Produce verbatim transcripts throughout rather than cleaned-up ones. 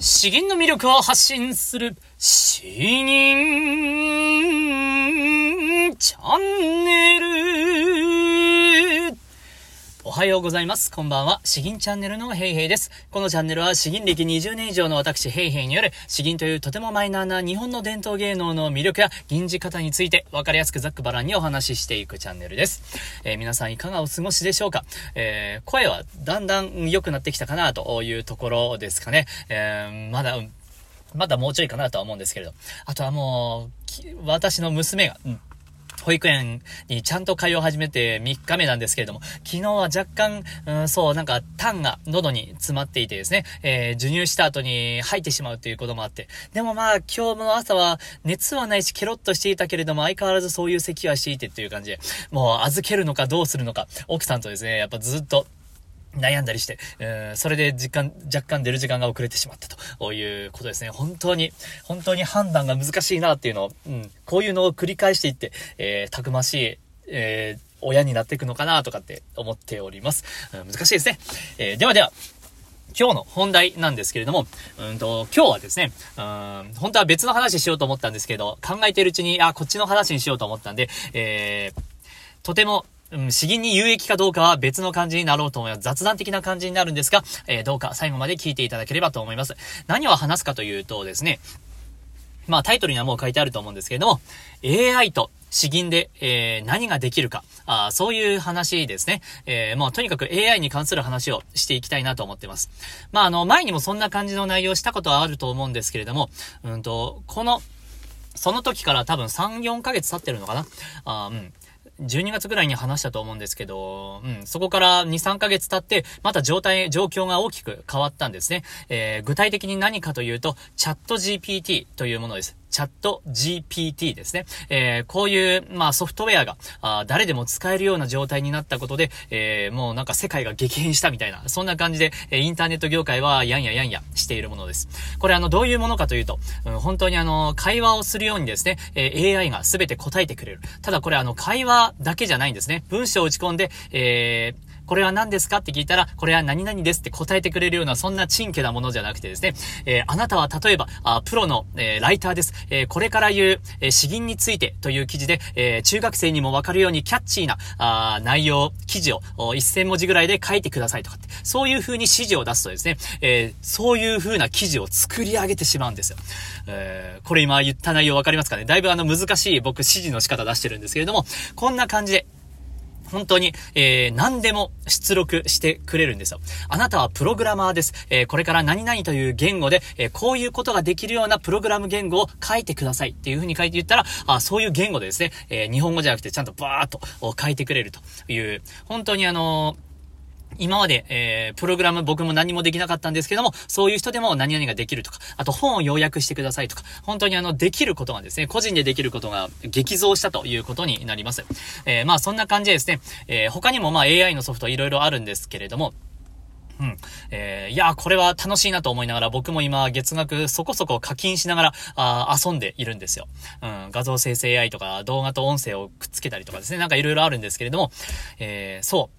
詩吟の魅力を発信する詩吟チャンネル。おはようございます。こんばんは。詩吟チャンネルのヘイヘイです。このチャンネルは詩吟歴にじゅうねん以上の私ヘイヘイによる詩吟というとてもマイナーな日本の伝統芸能の魅力や吟じ方について分かりやすくざっくばらんにお話ししていくチャンネルです。えー、皆さんいかがお過ごしでしょうか。えー、声はだんだん良くなってきたかなというところですかね。えー、まだ、まだもうちょいかなとは思うんですけれど。あとはもう、私の娘が、うん保育園にちゃんと通い始めてみっかめなんですけれども、昨日は若干、うん、そう、なんか、痰が喉に詰まっていてですね、えー、授乳した後に吐いてしまうということもあって、でもまあ、今日の朝は熱はないし、ケロッとしていたけれども、相変わらずそういう咳はしていてという感じで、もう預けるのかどうするのか、奥さんとですね、やっぱずっと、悩んだりして、えー、それで時間、若干出る時間が遅れてしまったということですね。本当に、本当に判断が難しいなっていうのを、うん、こういうのを繰り返していって、えー、たくましい、えー、親になっていくのかなとかって思っております。うん、難しいですね。えー、ではでは、今日の本題なんですけれども、うんと、今日はですね、うん、本当は別の話しようと思ったんですけど、考えているうちに、あ、こっちの話にしようと思ったんで、えー、とても、うん、詩吟に有益かどうかは別の感じになろうと思います。雑談的な感じになるんですが、えー、どうか最後まで聞いていただければと思います。何を話すかというとですね、まあタイトルにはもう書いてあると思うんですけれども、エーアイ と詩吟で、えー、何ができるか、あ、そういう話ですね。えー、もうとにかく エーアイ に関する話をしていきたいなと思ってます。まああの、前にもそんな感じの内容をしたことはあると思うんですけれども、うんと、この、その時から多分さん、よんかげつ経ってるのかな。あ、うん。じゅうにがつぐらいに話したと思うんですけど、うん、そこからに、さんかげつ経って、また状態、状況が大きく変わったんですね。えー、具体的に何かというと、チャット ジーピーティー というものです。チャット ジーピーティー ですね。えー、こういう、まあ、ソフトウェアが、あ、誰でも使えるような状態になったことで、えー、もうなんか世界が激変したみたいな、そんな感じで、えー、インターネット業界はやんややんやしているものです。これあの、どういうものかというと、うん、本当にあの、会話をするようにですね、えー、エーアイ が全て答えてくれる。ただこれあの、会話だけじゃないんですね。文章を打ち込んで、えー、これは何ですかって聞いたら、これは何々ですって答えてくれるような、そんなチンケなものじゃなくてですね、えー、あなたは例えば、あプロの、えー、ライターです。えー、これから言う、えー、詩吟についてという記事で、えー、中学生にもわかるようにキャッチーな、あ内容、記事をせん文字ぐらいで書いてくださいとかって、そういう風に指示を出すとですね、えー、そういう風な記事を作り上げてしまうんですよ。えー、これ今言った内容わかりますかね。だいぶあの難しい僕指示の仕方出してるんですけれども、こんな感じで、本当に、えー、何でも出力してくれるんですよ。あなたはプログラマーです。えー、これから何々という言語で、えー、こういうことができるようなプログラム言語を書いてくださいっていう風に書いて言ったら、あ、そういう言語でですね、えー、日本語じゃなくてちゃんとバーっと書いてくれるという、本当にあのー今まで、えー、プログラム僕も何もできなかったんですけども、そういう人でも何々ができるとか、あと本を要約してくださいとか、本当にあの、できることがですね、個人でできることが激増したということになります。えー、まあそんな感じでですね、えー、他にもまあ エーアイ のソフトいろいろあるんですけれども、うん。えー、いや、これは楽しいなと思いながら、僕も今、月額そこそこ課金しながら、あ遊んでいるんですよ。うん。画像生成 エーアイ とか、動画と音声をくっつけたりとかですね、なんかいろいろあるんですけれども、えー、そう。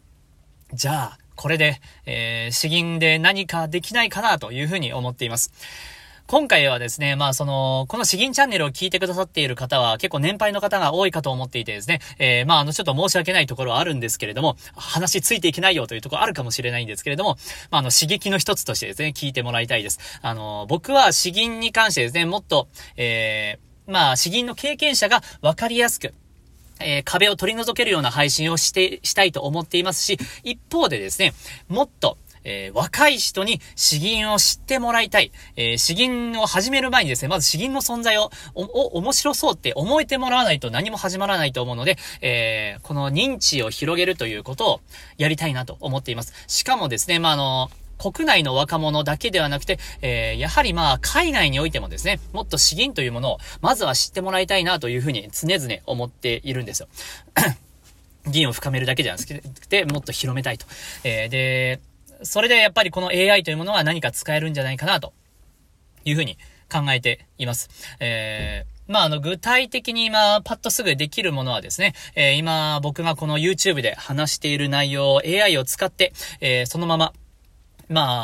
じゃあ、これで、えー、詩吟で何かできないかなというふうに思っています。今回はですね、まあその、この詩吟チャンネルを聞いてくださっている方は結構年配の方が多いかと思っていてですね、えー、まああのちょっと申し訳ないところはあるんですけれども、話ついていけないよというところあるかもしれないんですけれども、まああの刺激の一つとしてですね、聞いてもらいたいです。あの、僕は詩吟に関してですね、もっと、えー、まあ詩吟の経験者がわかりやすく、えー、壁を取り除けるような配信をして、したいと思っていますし、一方でですね、もっと、えー、若い人に詩吟を知ってもらいたい。えー、詩吟を始める前にですね、まず詩吟の存在を、お、お、面白そうって思えてもらわないと何も始まらないと思うので、えー、この認知を広げるということをやりたいなと思っています。しかもですね、まあ、あの、国内の若者だけではなくて、えー、やはりまあ海外においてもですね、もっと詩吟というものをまずは知ってもらいたいなというふうに常々思っているんですよ。議を深めるだけじゃなくて、もっと広めたいと。えー、で、それでやっぱりこの エーアイ というものは何か使えるんじゃないかなというふうに考えています。えーまあ、あの、具体的に今、パッとすぐできるものはですね、えー、今、僕がこの YouTube で話している内容を エーアイ を使って、えー、そのまま、まあ、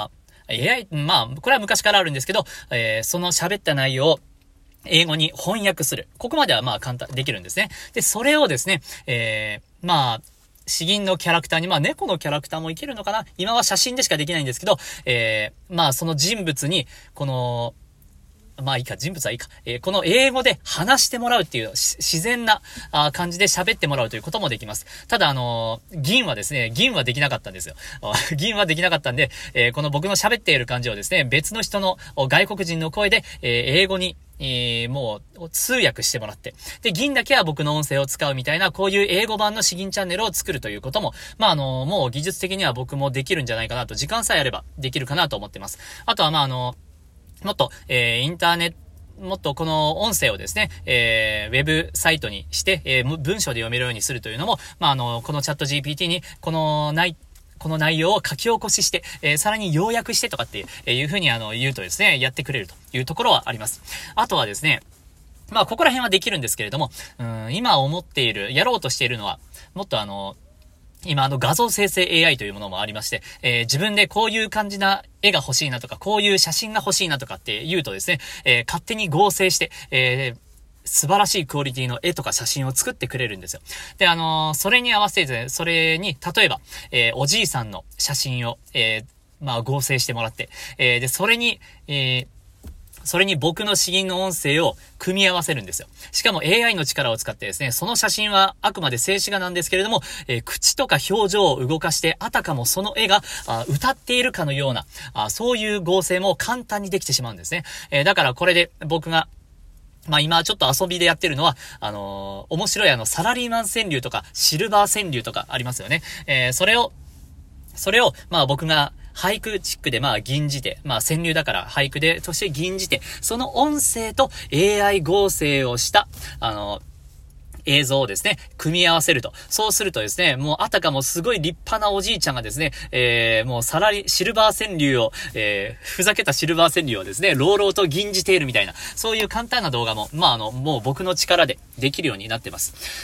エーアイ、まあ、これは昔からあるんですけど、えー、その喋った内容を英語に翻訳する。ここまではまあ簡単、できるんですね。で、それをですね、えー、まあ、詩吟のキャラクターに、まあ猫のキャラクターもいけるのかな？今は写真でしかできないんですけど、えー、まあその人物に、この、まあいいか、人物はいいか。えー、この英語で話してもらうっていう自然なあ感じで喋ってもらうということもできます。ただあのー、銀はですね、銀はできなかったんですよ。銀はできなかったんで、えー、この僕の喋っている感じをですね、別の人の外国人の声で、えー、英語に、えー、もう通訳してもらって、で、銀だけは僕の音声を使うみたいな、こういう英語版の詩吟チャンネルを作るということも、まああのー、もう技術的には僕もできるんじゃないかなと、時間さえあればできるかなと思ってます。あとはまああのー、もっと、えー、インターネット、もっとこの音声をですね、えー、ウェブサイトにして、えー、文章で読めるようにするというのも、まあ、あの、このチャット ジーピーティー に、この内、この内容を書き起こしして、えー、さらに要約してとかっていう、えー、いうふうにあの、言うとですね、やってくれるというところはあります。あとはですね、まあ、ここら辺はできるんですけれども、うん、今思っている、やろうとしているのは、もっとあの、今あの画像生成 エーアイ というものもありまして、えー、自分でこういう感じな絵が欲しいなとか、こういう写真が欲しいなとかって言うとですね、えー、勝手に合成して、えー、素晴らしいクオリティの絵とか写真を作ってくれるんですよ。で、あのー、それに合わせて、それに、例えば、えー、おじいさんの写真を、えー、まあ合成してもらって、えー、で、それに、えー、それに僕の詩吟の音声を組み合わせるんですよ。しかも エーアイ の力を使ってですね、その写真はあくまで静止画なんですけれども、えー、口とか表情を動かして、あたかもその絵があ歌っているかのようなあ、そういう合成も簡単にできてしまうんですね。えー、だからこれで僕がまあ今ちょっと遊びでやってるのは、あのー、面白いあのサラリーマン川柳とかシルバー川柳とかありますよね。えー、それを、それをまあ僕が俳句チックでまあ吟じて、まあ川柳だから俳句でとして吟じて、その音声と エーアイ 合成をした、あの、映像をですね、組み合わせると。そうするとですね、もうあたかもすごい立派なおじいちゃんがですね、えー、もうサラリ、シルバー川柳を、えー、ふざけたシルバー川柳をですね、朗々と吟じているみたいな、そういう簡単な動画も、まああの、もう僕の力でできるようになってます。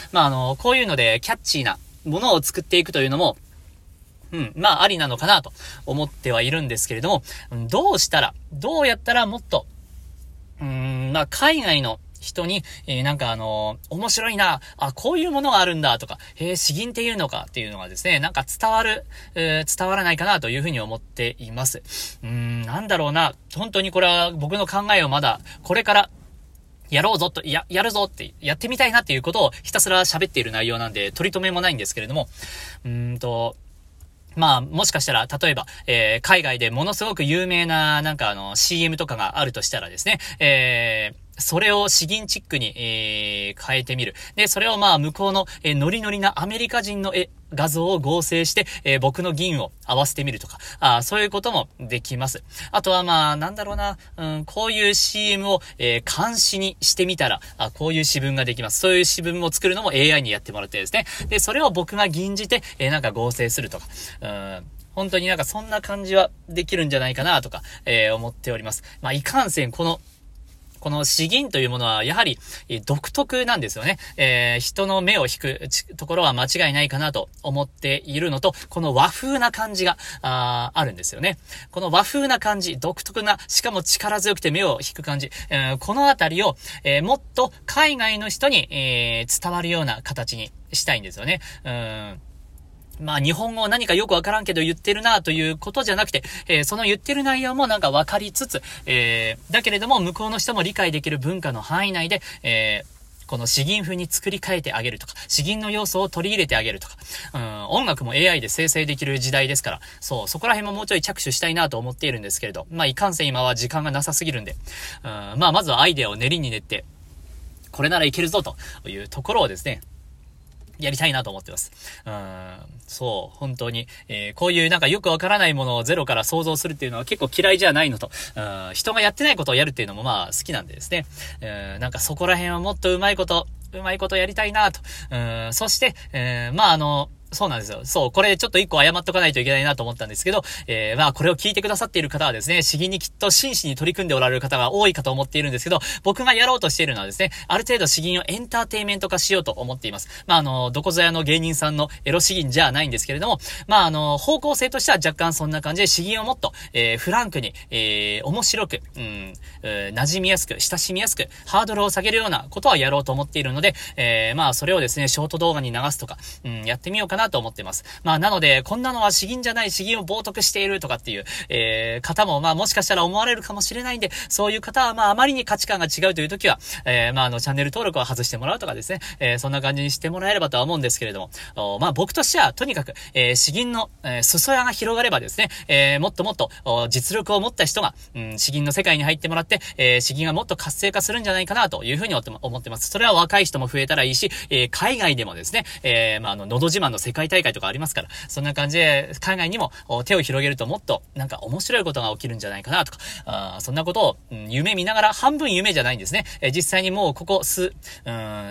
まああの、こういうのでキャッチーなものを作っていくというのも、うん、まあありなのかなと思ってはいるんですけれども、どうしたら、どうやったらもっと、うーん、まあ海外の人に、えー、なんかあのー、面白いな、あ、こういうものがあるんだとか、へえ、詩吟っていうのかっていうのがですね、なんか伝わる、えー、伝わらないかなというふうに思っています。うーん、なんだろうな、本当にこれは僕の考えをまだ、これから、やろうぞと、や、やるぞって、やってみたいなっていうことをひたすら喋っている内容なんで、取り留めもないんですけれども、うーんと、まあ、もしかしたら、例えば、えー、海外でものすごく有名な、なんかあの、シーエム とかがあるとしたらですね、えー、それを詩吟チックに、えー、変えてみる。で、それをまあ、向こうの、えー、ノリノリなアメリカ人の絵、画像を合成して、えー、僕の銀を合わせてみるとか、あ、そういうこともできます。あとはまあ、なんだろうな、うん、こういう シーエム を、えー、監視にしてみたら、あ、こういう詩文ができます。そういう詩文を作るのも エーアイ にやってもらってですね。で、それを僕が吟じて、えー、なんか合成するとか、うん、本当になんかそんな感じはできるんじゃないかなとか、えー、思っております。まあ、いかんせん、この、この詩吟というものはやはり独特なんですよね。えー、人の目を引くところは間違いないかなと思っているのと、この和風な感じが あ, あるんですよね。この和風な感じ、独特な、しかも力強くて目を引く感じ、えー、このあたりを、えー、もっと海外の人に、えー、伝わるような形にしたいんですよね。うんまあ日本語を何かよくわからんけど言ってるなということじゃなくて、えー、その言ってる内容もなんかわかりつつ、えー、だけれども向こうの人も理解できる文化の範囲内で、えー、この詩吟風に作り変えてあげるとか、詩吟の要素を取り入れてあげるとか、うん、音楽も エーアイ で生成できる時代ですから、そう、そこら辺ももうちょい着手したいなと思っているんですけれど、まあいかんせん今は時間がなさすぎるんで、うん、まあまずはアイデアを練りに練って、これならいけるぞというところをですね、やりたいなと思ってます。うーん、そう、本当に、えー、こういうなんかよくわからないものをゼロから想像するっていうのは結構嫌いじゃないのと、うん、人がやってないことをやるっていうのもまあ好きなんでですね。うん、なんかそこら辺はもっとうまいこと、うまいことやりたいなと。うん、そして、えー、まああの、 そうなんですよ。そう、これちょっと一個謝っとかないといけないなと思ったんですけど、えー、まあこれを聞いてくださっている方はですね、詩吟にきっと真摯に取り組んでおられる方が多いかと思っているんですけど、僕がやろうとしているのはですね、ある程度詩吟をエンターテイメント化しようと思っています。まああの、どこぞやの芸人さんのエロ詩吟じゃないんですけれども、まああの、方向性としては若干そんな感じで詩吟をもっと、えー、フランクに、えー、面白く、うん、えー、馴染みやすく、親しみやすく、ハードルを下げるようなことはやろうと思っているので、えー、まあそれをですね、ショート動画に流すとか、うん、やってみようかなと思ってます。まあなので、こんなのは詩吟じゃない、詩吟を冒涜しているとかっていう、えー、方もまあもしかしたら思われるかもしれないんで、そういう方はまああまりに価値観が違うという時は、えー、まああのチャンネル登録を外してもらうとかですね、えー、そんな感じにしてもらえればとは思うんですけれども、まあ僕としてはとにかく、えー、詩吟の、えー、裾野が広がればですね、えー、もっともっと実力を持った人が、うん、詩吟の世界に入ってもらって、えー、詩吟がもっと活性化するんじゃないかなというふうに思ってます。それは若い人も増えたらいいし、えー、海外でもですね、えー、まああののど自慢の世界大会とかありますから、そんな感じで海外にも手を広げるともっとなんか面白いことが起きるんじゃないかなとか、あそんなことを、うん、夢見ながら、半分夢じゃないんですね。えー、実際にもうここ数、うん、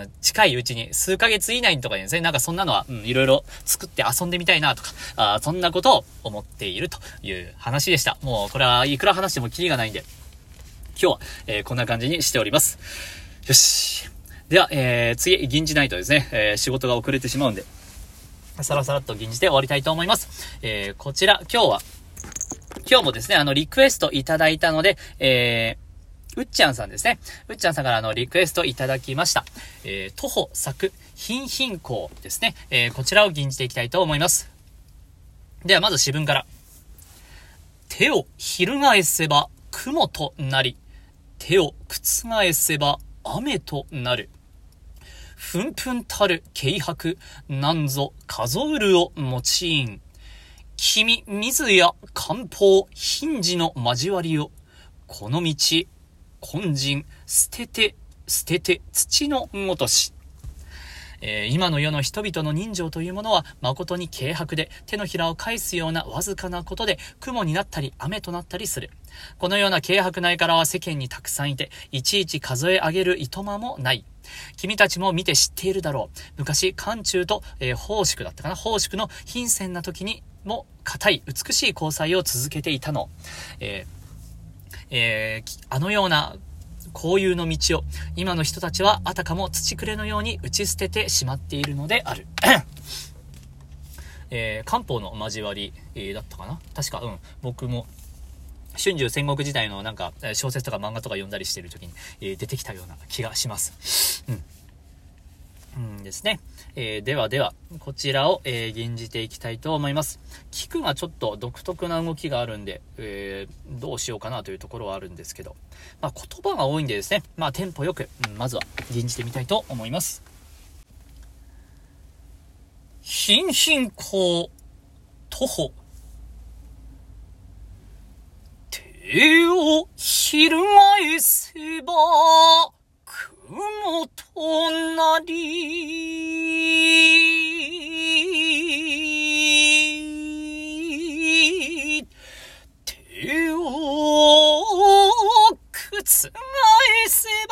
近いうちに数ヶ月以内とかにですね、なんかそんなのは、うん、いろいろ作って遊んでみたいなとか、あそんなことを思っているという話でした。もうこれはいくら話してもキリがないんで、今日は、えー、こんな感じにしております。よし。では、えー、次、銀じないとですね、えー、仕事が遅れてしまうんで、さらさらっと銀じて終わりたいと思います。えー、こちら、今日は、今日もですね、あの、リクエストいただいたので、えー、うっちゃんさんですね。うっちゃんさんからあの、リクエストいただきました。えー、徒歩作、貧貧行ですね。えー、こちらを吟じていきたいと思います。では、まず詩文から。手を翻せば雲となり、手を覆せば雨となる。ふんふんたる軽薄、なんぞ数うるを用いん。君、水や漢方、貧事の交わりを、この道、根人、捨てて、捨てて土のごとし。えー、今の世の人々の人情というものは誠に軽薄で、手のひらを返すようなわずかなことで雲になったり雨となったりする。このような軽薄な絵柄は世間にたくさんいて、いちいち数え上げるいとまもない。君たちも見て知っているだろう。昔漢中と、えー、宝祝だったかな、宝祝の貧賤な時にも固い美しい交際を続けていたの。えーえー、あのような交友の道を今の人たちはあたかも土くれのように打ち捨ててしまっているのである。えー、漢方の交わり、えー、だったかな、確か、うん、僕も春秋戦国時代のなんか小説とか漫画とか読んだりしている時に、えー、出てきたような気がします。うん。うんですね。えー、ではでは、こちらを、えー、吟じていきたいと思います。聞くがちょっと独特な動きがあるんで、えー、どうしようかなというところはあるんですけど、まあ、言葉が多いんでですね、まあ、テンポよく、うん、まずは吟じてみたいと思います。貧貧行、徒歩。手を翻せば、雲となり、手を覆せば、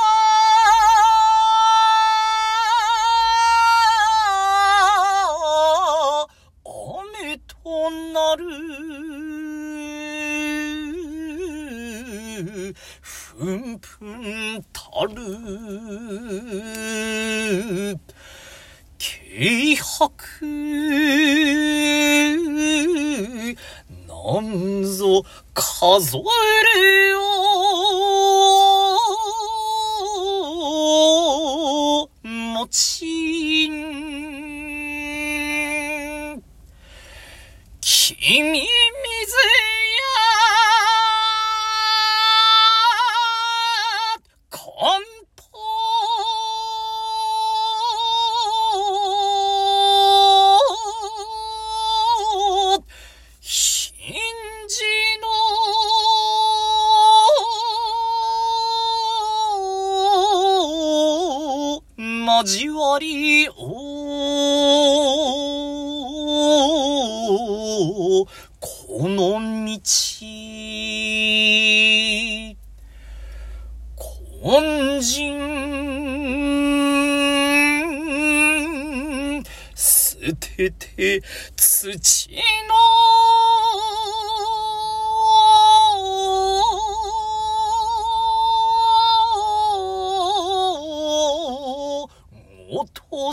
雨となる。ふんふんたる軽薄、なんぞ数えれよもちん。君水交わりをこの道根人捨ててて土の落と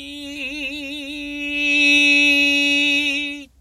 し、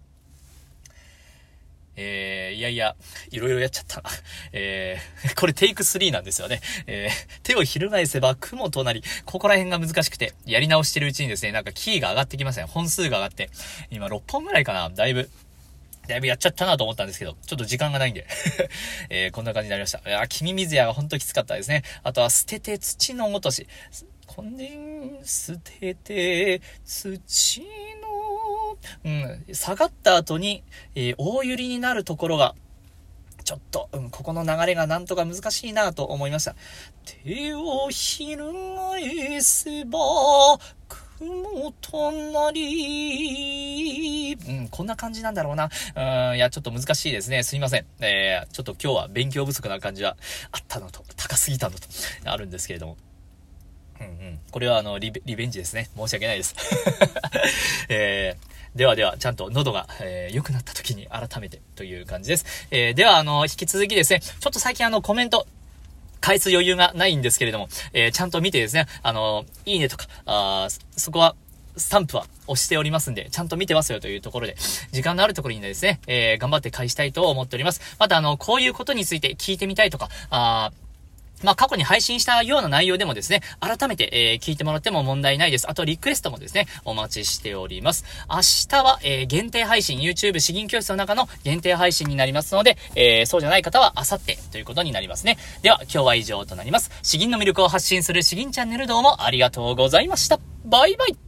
えー、いやいや、いろいろやっちゃったな。えー、これテイクスリーなんですよね。えー、手を翻せば雲となり、ここら辺が難しくて、やり直してるうちにですね、なんかキーが上がってきましたね。本数が上がって。今ろっぽんぐらいかな。だいぶ、だいぶやっちゃったなと思ったんですけど、ちょっと時間がないんで、えー、こんな感じになりました。いや、君水屋がほんときつかったですね。あとは捨てて土の落とし。こんでん、捨てて土の、うん、下がった後に、えー、大揺りになるところが、ちょっと、うん、ここの流れがなんとか難しいなと思いました。手を翻せば、雲となり、うん、こんな感じなんだろうな。うん、いや、ちょっと難しいですね。すいません。えー、ちょっと今日は勉強不足な感じはあったのと、高すぎたのと、あるんですけれども。うんうん。これはあのリベ、リベンジですね。申し訳ないです。えー、ではでは、ちゃんと喉が、えー、良くなった時に改めてという感じです。えー、では、あの、引き続きですね、ちょっと最近あの、コメント、返す余裕がないんですけれども、えー、ちゃんと見てですね、あの、いいねとか、あそこは、スタンプは押しておりますんで、ちゃんと見てますよというところで、時間のあるところにですね、えー、頑張って返したいと思っております。またあの、こういうことについて聞いてみたいとか、あまあ、過去に配信したような内容でもですね、改めて、えー、聞いてもらっても問題ないです。あと、リクエストもですね、お待ちしております。明日は、えー、限定配信、YouTube 詩吟教室の中の限定配信になりますので、えー、そうじゃない方は、明後日ということになりますね。では、今日は以上となります。詩吟の魅力を発信する詩吟チャンネル、どうもありがとうございました。バイバイ。